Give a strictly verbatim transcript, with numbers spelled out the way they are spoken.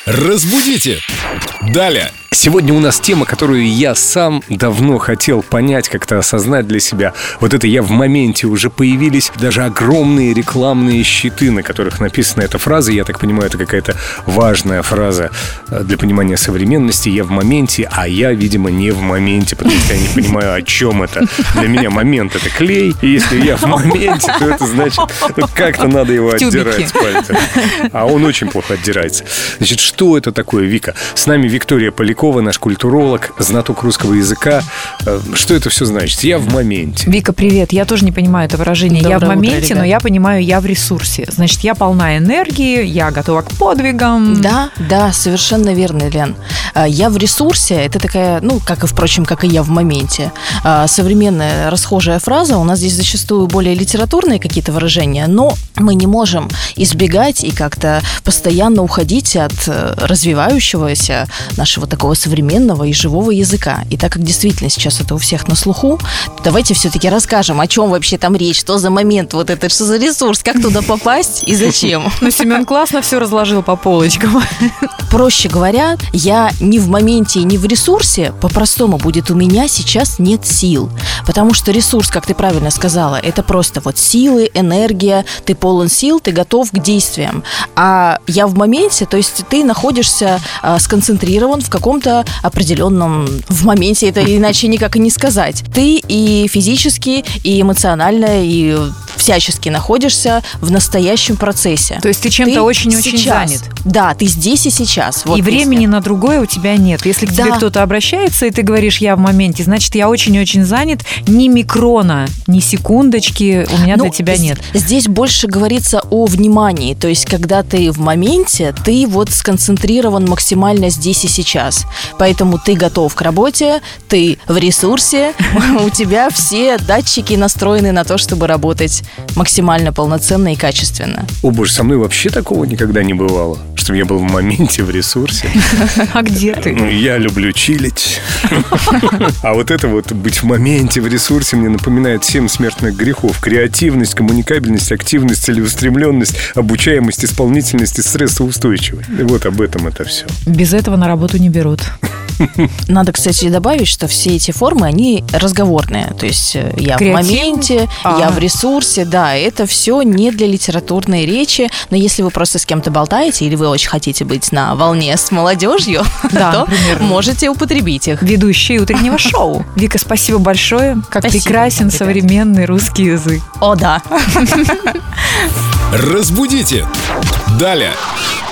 Разбудите! Далее! Сегодня у нас тема, которую я сам давно хотел понять, как-то осознать для себя. Вот это «я в моменте». Уже появились даже огромные рекламные щиты, на которых написана эта фраза. Я так понимаю, это какая-то важная фраза для понимания современности. «Я в моменте», а я, видимо, не в моменте, потому что я не понимаю, о чем это. Для меня момент — это клей. И если я в моменте, то это значит, ну, как-то надо его отдирать с пальцем. А он очень плохо отдирается. Значит, что это такое, Вика? С нами Виктория Полякова, наш культуролог, знаток русского языка. Что это все значит? Я в моменте. Вика, привет. Я тоже не понимаю это выражение. Доброе я в моменте, утро, но я понимаю, я в ресурсе. Значит, я полна энергии, я готова к подвигам. Да, да, совершенно верно, Лен. Я в ресурсе. Это такая, ну, как и, впрочем, как и я в моменте. Современная расхожая фраза. У нас здесь зачастую более литературные какие-то выражения, но мы не можем избегать и как-то постоянно уходить от развивающегося нашего такого современного и живого языка. И так как действительно сейчас это у всех на слуху, давайте все-таки расскажем, о чем вообще там речь, что за момент вот это, что за ресурс, как туда попасть и зачем. Ну, Семен классно все разложил по полочкам. Проще говоря, я не в моменте и не в ресурсе, по-простому будет, у меня сейчас нет сил. Потому что ресурс, как ты правильно сказала, это просто вот силы, энергия, ты полон сил, ты готов к действиям. А я в моменте, то есть ты находишься а, сконцентрирован в каком-то определенном в моменте, это иначе никак и не сказать. Ты и физически, и эмоционально, и всячески находишься в настоящем процессе. То есть ты чем-то очень-очень занят. Да, ты здесь и сейчас. Вот и времени если. на другое у тебя нет. Если к да. тебе кто-то обращается, и ты говоришь «я в моменте», значит, я очень-очень занят. Ни микрона, ни секундочки у меня ну, для тебя нет. Здесь больше говорится о внимании. То есть, когда ты в моменте, ты вот сконцентрирован максимально здесь и сейчас. Поэтому ты готов к работе, ты в ресурсе, у тебя все датчики настроены на то, чтобы работать максимально полноценно и качественно. О боже, со мной вообще такого никогда не бывало, чтобы я был в моменте, в ресурсе. А где ты? Ну, я люблю чилить. А вот это вот быть в моменте, в ресурсе мне напоминает семь смертных грехов. Креативность, коммуникабельность, активность, целеустремленность, обучаемость, исполнительность и стрессоустойчивость. И вот об этом это все. Без этого на работу не берут. Надо, кстати, добавить, что все эти формы, они разговорные. То есть я Креатив? в моменте, А-а-а. я в ресурсе. Да, это все не для литературной речи. Но если вы просто с кем-то болтаете или вы очень хотите быть на волне с молодежью, да, то например, можете употребить их. Ведущие утреннего шоу. Вика, спасибо большое. Как спасибо, прекрасен ребят. современный русский язык. О, да. Разбудите! Далее!